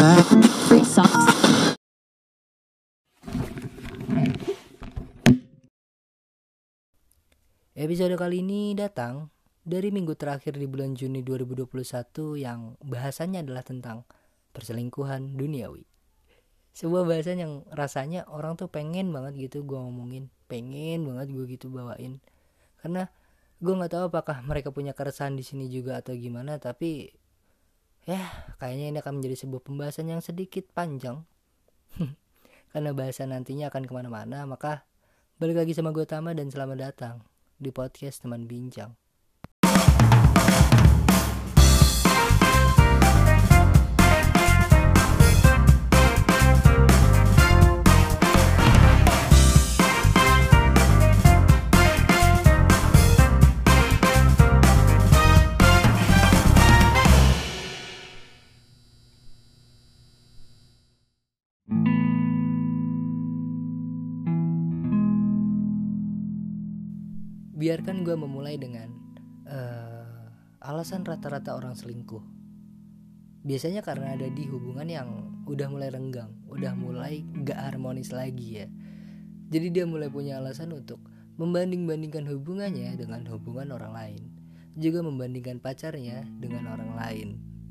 Free socks. Episode kali ini datang dari minggu terakhir di bulan Juni 2021 yang bahasanya adalah tentang perselingkuhan duniawi. Sebuah bahasan yang rasanya orang tuh pengen banget gitu gue ngomongin, pengen banget gue gitu bawain. Karena gue nggak tahu apakah mereka punya keresahan di sini juga atau gimana, tapi ya kayaknya ini akan menjadi sebuah pembahasan yang sedikit panjang. Karena bahasan nantinya akan kemana-mana, maka balik lagi sama gue Tama dan selamat datang di podcast Teman Bincang. Biarkan gue memulai dengan alasan rata-rata orang selingkuh. Biasanya karena ada di hubungan yang udah mulai renggang, udah mulai gak harmonis lagi ya. Jadi dia mulai punya alasan untuk membanding-bandingkan hubungannya dengan hubungan orang lain, juga membandingkan pacarnya dengan orang lain.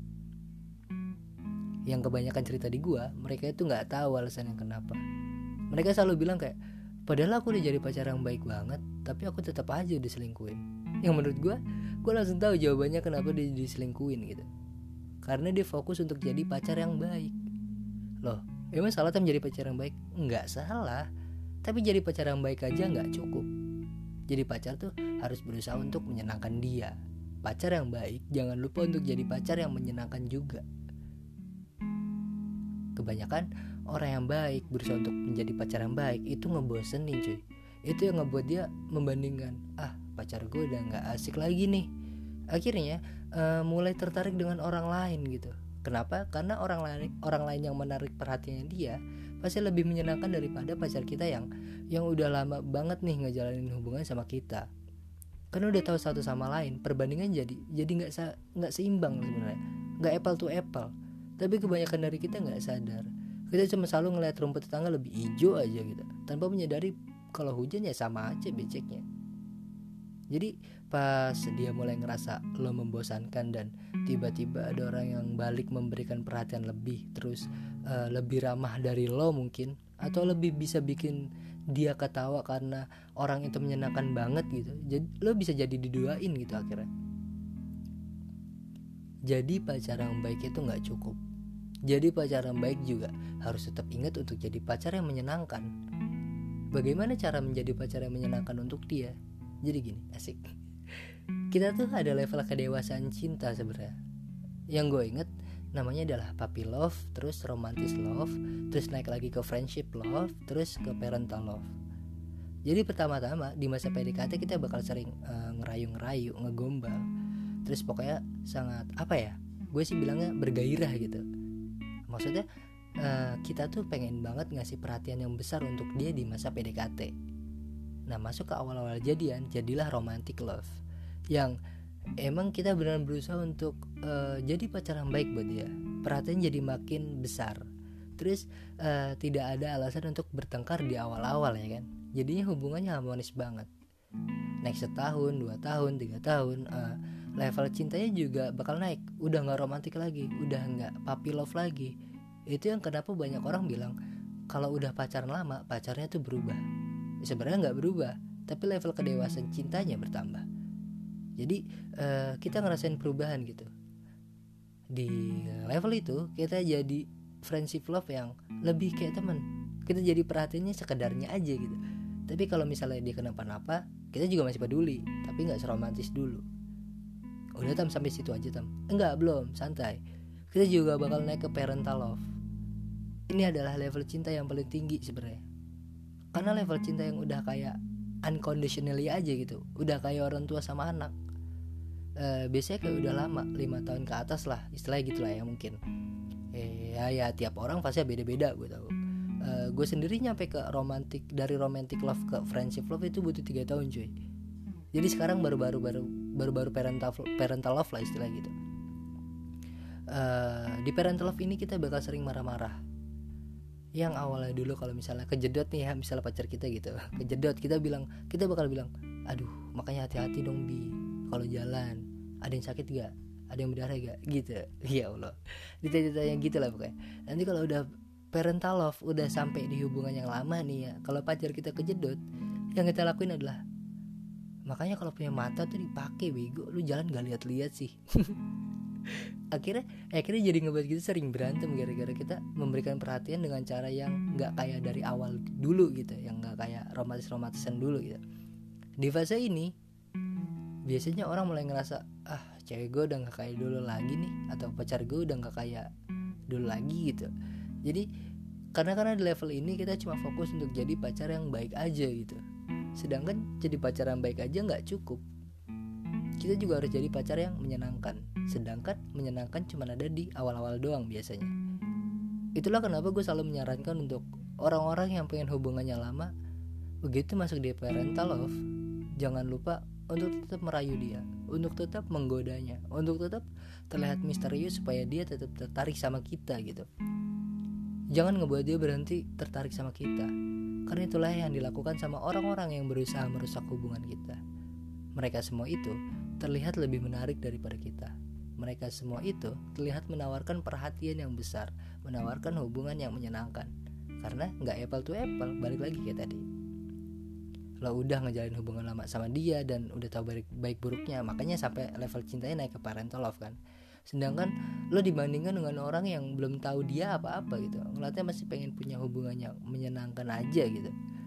Yang kebanyakan cerita di gue, mereka itu gak tahu alasannya kenapa. Mereka selalu bilang kayak, padahal aku udah jadi pacar yang baik banget, tapi aku tetap aja diselingkuhin. Yang menurut gue langsung tahu jawabannya kenapa dia diselingkuhin gitu. Karena dia fokus untuk jadi pacar yang baik. Loh, emang salah menjadi pacar yang baik? Enggak salah. Tapi jadi pacar yang baik aja enggak cukup. Jadi pacar tuh harus berusaha untuk menyenangkan dia. Pacar yang baik jangan lupa untuk jadi pacar yang menyenangkan juga. Kebanyakan orang yang baik berusaha untuk menjadi pacar yang baik itu ngebosenin cuy. Itu yang ngebuat dia membandingkan, pacar gue udah gak asik lagi nih. Akhirnya mulai tertarik dengan orang lain gitu. Kenapa? Karena orang lain yang menarik perhatiannya dia pasti lebih menyenangkan daripada pacar kita yang udah lama banget nih ngejalanin hubungan sama kita. Karena udah tahu satu sama lain, perbandingan jadi nggak seimbang sebenarnya, nggak apple to apple. Tapi kebanyakan dari kita nggak sadar. Kita cuma selalu ngeliat rumput tetangga lebih hijau aja gitu, tanpa menyadari kalau hujan ya sama aja beceknya. Jadi pas dia mulai ngerasa lo membosankan dan tiba-tiba ada orang yang balik memberikan perhatian lebih, terus lebih ramah dari lo mungkin, atau lebih bisa bikin dia ketawa karena orang itu menyenangkan banget gitu. Jadi lo bisa jadi diduain gitu akhirnya. Jadi pacar yang baik itu gak cukup. Jadi pacar yang baik juga harus tetap ingat untuk jadi pacar yang menyenangkan. Bagaimana cara menjadi pacar yang menyenangkan untuk dia? Jadi gini, asik. Kita tuh ada level kedewasaan cinta sebenarnya. Yang gue inget namanya adalah puppy love, terus romantis love, terus naik lagi ke friendship love, terus ke parental love. Jadi pertama-tama di masa PDKT kita bakal sering ngerayu-ngerayu, ngegombal. Terus pokoknya sangat gue sih bilangnya bergairah gitu. Maksudnya kita tuh pengen banget ngasih perhatian yang besar untuk dia di masa PDKT. Nah masuk ke awal-awal jadian, jadilah romantic love, yang emang kita benar-benar berusaha untuk jadi pacar yang baik buat dia. Perhatian jadi makin besar. Terus tidak ada alasan untuk bertengkar di awal-awal ya kan. Jadinya hubungannya harmonis banget. Next setahun, 2 tahun, 3 tahun level cintanya juga bakal naik. Udah gak romantis lagi, udah gak puppy love lagi. Itu yang kenapa banyak orang bilang kalau udah pacaran lama, pacarnya tuh berubah. Sebenarnya gak berubah, tapi level kedewasaan cintanya bertambah. Jadi kita ngerasain perubahan gitu. Di level itu kita jadi friendship love yang lebih kayak teman. Kita jadi perhatiannya sekedarnya aja gitu. Tapi kalau misalnya dia kenapa-napa, kita juga masih peduli, tapi gak seromantis dulu. Udah Tam, sampai situ aja Tam. Enggak, belum, santai. Kita juga bakal naik ke parental love. Ini adalah level cinta yang paling tinggi sebenarnya. Karena level cinta yang udah kayak unconditionally aja gitu, udah kayak orang tua sama anak. Biasanya kayak udah lama, 5 tahun ke atas lah, istilahnya gitu lah ya mungkin. Ya tiap orang pasti beda-beda gue tahu. Gue sendiri nyampe ke dari romantic love ke friendship love itu butuh 3 tahun cuy. Jadi sekarang baru parental love lah istilah gitu. Di parental love ini kita bakal sering marah-marah. Yang awalnya dulu kalau misalnya kejedot nih ya, misalnya pacar kita gitu kejedot, kita bakal bilang, aduh makanya hati-hati dong Bi kalau jalan, ada yang sakit gak, ada yang berdarah gak gitu. Ya Allah, ditanya-tanya gitu lah pokoknya. Nanti kalau udah parental love, udah sampai di hubungan yang lama nih ya, kalau pacar kita kejedot, yang kita lakuin adalah, makanya kalau punya mata tuh dipakai bego, lu jalan gak lihat-lihat sih. akhirnya jadi ngebuat kita sering berantem gara-gara kita memberikan perhatian dengan cara yang nggak kayak dari awal dulu gitu, yang nggak kayak romantisan dulu gitu. Di fase ini biasanya orang mulai ngerasa, cewek gue udah nggak kayak dulu lagi nih, atau pacar gue udah nggak kayak dulu lagi gitu. Jadi karena di level ini kita cuma fokus untuk jadi pacar yang baik aja gitu. Sedangkan jadi pacar yang baik aja nggak cukup, kita juga harus jadi pacar yang menyenangkan. Sedangkan menyenangkan cuma ada di awal-awal doang biasanya. Itulah kenapa gue selalu menyarankan untuk orang-orang yang pengen hubungannya lama, begitu masuk di parental love, jangan lupa untuk tetap merayu dia, untuk tetap menggodanya, untuk tetap terlihat misterius supaya dia tetap tertarik sama kita gitu. Jangan ngebuat dia berhenti tertarik sama kita, karena itulah yang dilakukan sama orang-orang yang berusaha merusak hubungan kita. Mereka semua itu terlihat lebih menarik daripada kita. Mereka semua itu terlihat menawarkan perhatian yang besar, menawarkan hubungan yang menyenangkan. Karena gak apple to apple, balik lagi kayak tadi. Lo udah ngejalin hubungan lama sama dia dan udah tahu baik buruknya, makanya sampai level cintanya naik ke parental love kan. Sedangkan lo dibandingkan dengan orang yang belum tahu dia apa-apa gitu, ngeliatnya masih pengen punya hubungan yang menyenangkan aja gitu.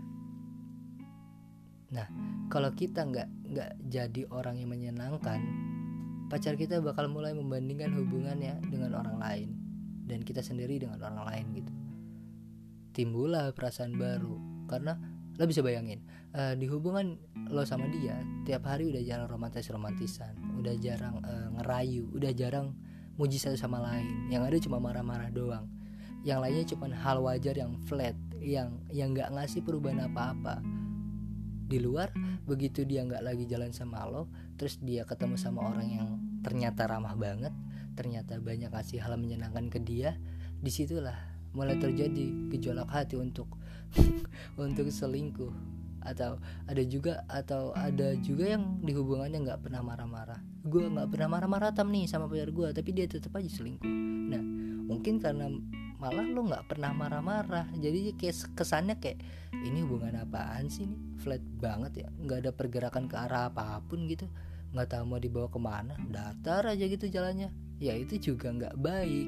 Nah, kalau kita nggak jadi orang yang menyenangkan, pacar kita bakal mulai membandingkan hubungannya dengan orang lain dan kita sendiri dengan orang lain gitu. Timbullah perasaan baru, karena lo bisa bayangin, di hubungan lo sama dia tiap hari udah jarang romantisan, udah jarang ngerayu, udah jarang muji satu sama lain. Yang ada cuma marah-marah doang. Yang lainnya cuma hal wajar yang flat, yang nggak ngasih perubahan apa-apa. Di luar, begitu dia nggak lagi jalan sama lo, terus dia ketemu sama orang yang ternyata ramah banget, ternyata banyak kasih hal menyenangkan ke dia, disitulah mulai terjadi gejolak hati untuk untuk selingkuh. Atau ada juga yang di hubungannya nggak pernah marah-marah. Gue nggak pernah marah-marah nih sama pacar gue, tapi dia tetap aja selingkuh. Nah, mungkin karena malah lo nggak pernah marah-marah, jadi kayak kesannya kayak ini hubungan apaan sih nih, flat banget ya, nggak ada pergerakan ke arah apapun gitu, nggak tahu mau dibawa kemana, datar aja gitu jalannya. Ya itu juga nggak baik.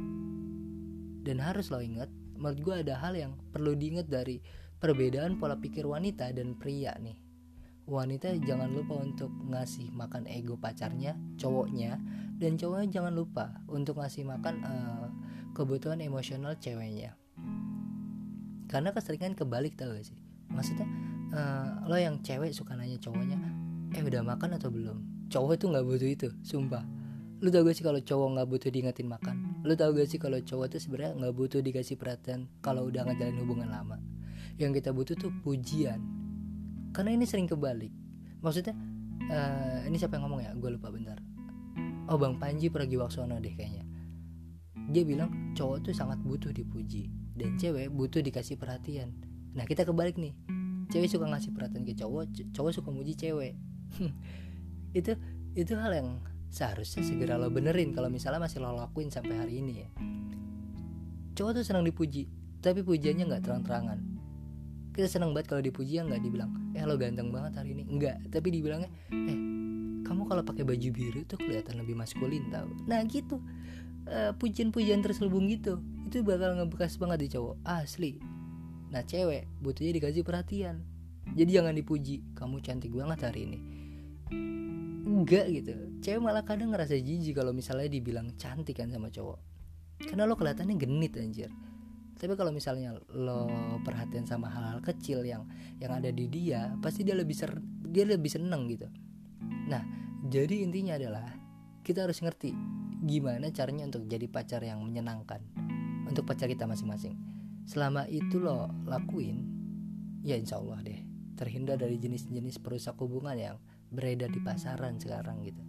Dan harus lo ingat, menurut gue ada hal yang perlu diingat dari perbedaan pola pikir wanita dan pria nih. Wanita jangan lupa untuk ngasih makan ego pacarnya, cowoknya, dan cowoknya jangan lupa untuk ngasih makan kebutuhan emosional ceweknya. Karena keseringan kebalik, tau gak sih? Maksudnya lo yang cewek suka nanya cowoknya, udah makan atau belum? Cowok tuh gak butuh itu, sumpah. Lu tau gak sih kalau cowok gak butuh diingetin makan? Lu tau gak sih kalau cowok tuh sebenarnya gak butuh dikasih perhatian kalau udah ngejalin hubungan lama? Yang kita butuh tuh pujian. Karena ini sering kebalik. Maksudnya ini siapa yang ngomong ya? Gue lupa bentar. Oh, Bang Panji Pragiwaksono deh kayaknya. Dia bilang cowok tuh sangat butuh dipuji dan cewek butuh dikasih perhatian. Nah, kita kebalik nih. Cewek suka ngasih perhatian ke cowok, cowok suka muji cewek. Itu hal yang seharusnya segera lo benerin kalau misalnya masih lo lakuin sampai hari ini ya. Cowok tuh senang dipuji, tapi pujiannya gak terang-terangan. Kita senang banget kalau dipuji, yang gak dibilang lo ganteng banget hari ini, enggak, tapi dibilangnya kamu kalau pakai baju biru tuh kelihatan lebih maskulin tau. Nah gitu, pujian-pujian terselubung gitu, itu bakal ngebekas banget di cowok, asli. Nah cewek butuhnya dikasih perhatian. Jadi jangan dipuji, kamu cantik banget hari ini, enggak gitu. Cewek malah kadang ngerasa jijik kalau misalnya dibilang cantik kan sama cowok, karena lo kelihatannya genit anjir. Tapi kalau misalnya lo perhatian sama hal-hal kecil yang ada di dia, pasti dia lebih seneng gitu. Nah, jadi intinya adalah kita harus ngerti gimana caranya untuk jadi pacar yang menyenangkan untuk pacar kita masing-masing. Selama itu lo lakuin, ya insya Allah deh terhindar dari jenis-jenis perusak hubungan yang beredar di pasaran sekarang gitu.